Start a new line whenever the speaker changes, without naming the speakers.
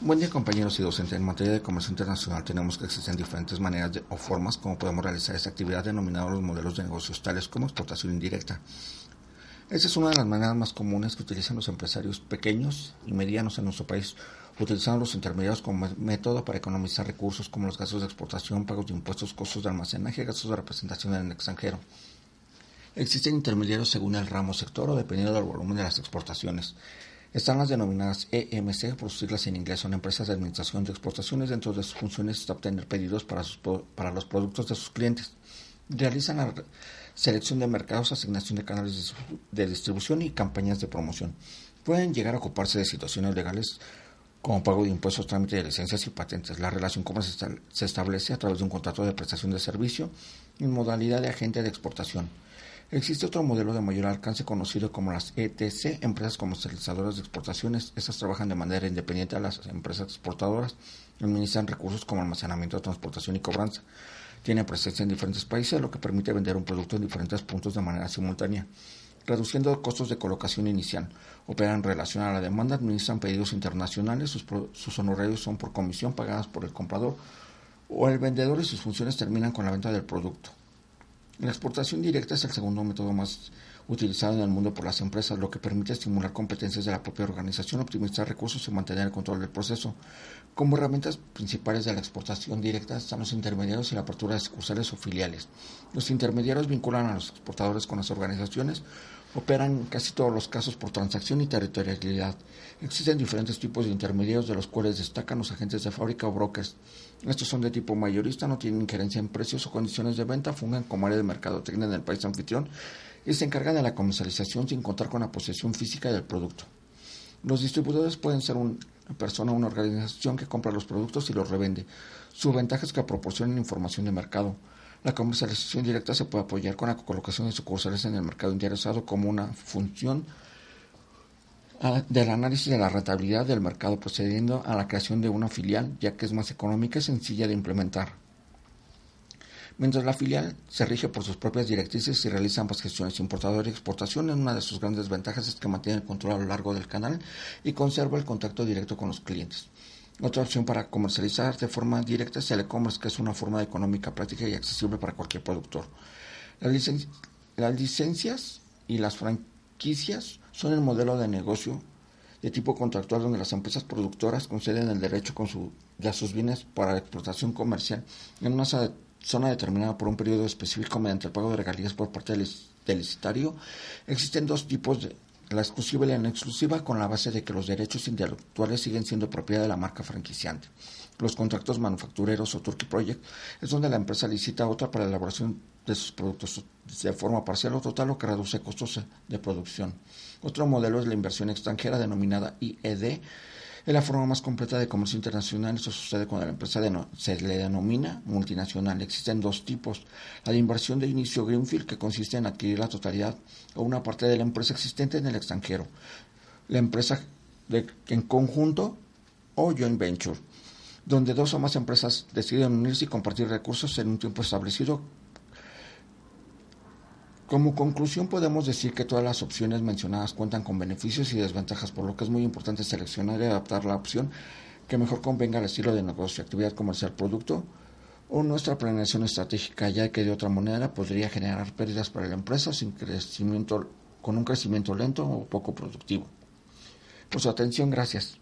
Buen día, compañeros y docentes. En materia de comercio internacional tenemos que existen diferentes maneras o formas como podemos realizar esta actividad denominada los modelos de negocios tales como exportación indirecta. Esta es una de las maneras más comunes que utilizan los empresarios pequeños y medianos en nuestro país, utilizando los intermediarios como método para economizar recursos como los gastos de exportación, pagos de impuestos, costos de almacenaje y gastos de representación en el extranjero. Existen intermediarios según el ramo sector o dependiendo del volumen de las exportaciones. Están las denominadas EMC, por sus siglas en inglés, son empresas de administración de exportaciones. Dentro de sus funciones está obtener pedidos para los productos de sus clientes. Realizan la selección de mercados, asignación de canales de distribución y campañas de promoción. Pueden llegar a ocuparse de situaciones legales como pago de impuestos, trámite de licencias y patentes. La relación comercial se establece a través de un contrato de prestación de servicio en modalidad de agente de exportación. Existe otro modelo de mayor alcance conocido como las ETC, empresas comercializadoras de exportaciones. Estas trabajan de manera independiente a las empresas exportadoras, administran recursos como almacenamiento, transportación y cobranza. Tienen presencia en diferentes países, lo que permite vender un producto en diferentes puntos de manera simultánea, reduciendo costos de colocación inicial. Operan en relación a la demanda, administran pedidos internacionales, sus honorarios son por comisión pagadas por el comprador o el vendedor y sus funciones terminan con la venta del producto. La exportación directa es el segundo método más utilizado en el mundo por las empresas, lo que permite estimular competencias de la propia organización, optimizar recursos y mantener el control del proceso. Como herramientas principales de la exportación directa están los intermediarios y la apertura de sucursales o filiales. Los intermediarios vinculan a los exportadores con las organizaciones, operan en casi todos los casos por transacción y territorialidad. Existen diferentes tipos de intermediarios, de los cuales destacan los agentes de fábrica o brokers. Estos son de tipo mayorista, no tienen injerencia en precios o condiciones de venta, fungen como área de mercadotecnia en el país anfitrión y se encargan de la comercialización sin contar con la posesión física del producto. Los distribuidores pueden ser una persona o una organización que compra los productos y los revende. Su ventaja es que proporcionan información de mercado. La comercialización directa se puede apoyar con la colocación de sucursales en el mercado interesado como una función del análisis de la rentabilidad del mercado, procediendo a la creación de una filial, ya que es más económica y sencilla de implementar. Mientras la filial se rige por sus propias directrices y realiza ambas gestiones, importación y exportación, una de sus grandes ventajas es que mantiene el control a lo largo del canal y conserva el contacto directo con los clientes. Otra opción para comercializar de forma directa es el e-commerce, que es una forma económica, práctica y accesible para cualquier productor. Las licencias y las franquicias son el modelo de negocio de tipo contractual donde las empresas productoras conceden el derecho de sus bienes para la explotación comercial en una zona determinada por un periodo específico mediante el pago de regalías por parte del licitario. Existen dos tipos la exclusiva y la no exclusiva, con la base de que los derechos intelectuales siguen siendo propiedad de la marca franquiciante. Los contratos manufactureros o Turkey Project es donde la empresa licita a otra para la elaboración de sus productos de forma parcial o total, lo que reduce costos de producción. Otro modelo es la inversión extranjera, denominada IED. Es la forma más completa de comercio internacional. Esto sucede cuando la empresa se le denomina multinacional. Existen dos tipos: la de inversión de inicio greenfield, que consiste en adquirir la totalidad o una parte de la empresa existente en el extranjero, la empresa en conjunto o joint venture, donde dos o más empresas deciden unirse y compartir recursos en un tiempo establecido. Como conclusión, podemos decir que todas las opciones mencionadas cuentan con beneficios y desventajas, por lo que es muy importante seleccionar y adaptar la opción que mejor convenga al estilo de negocio, actividad comercial, producto o nuestra planeación estratégica, ya que de otra manera podría generar pérdidas para la empresa con un crecimiento lento o poco productivo. Por su atención, gracias.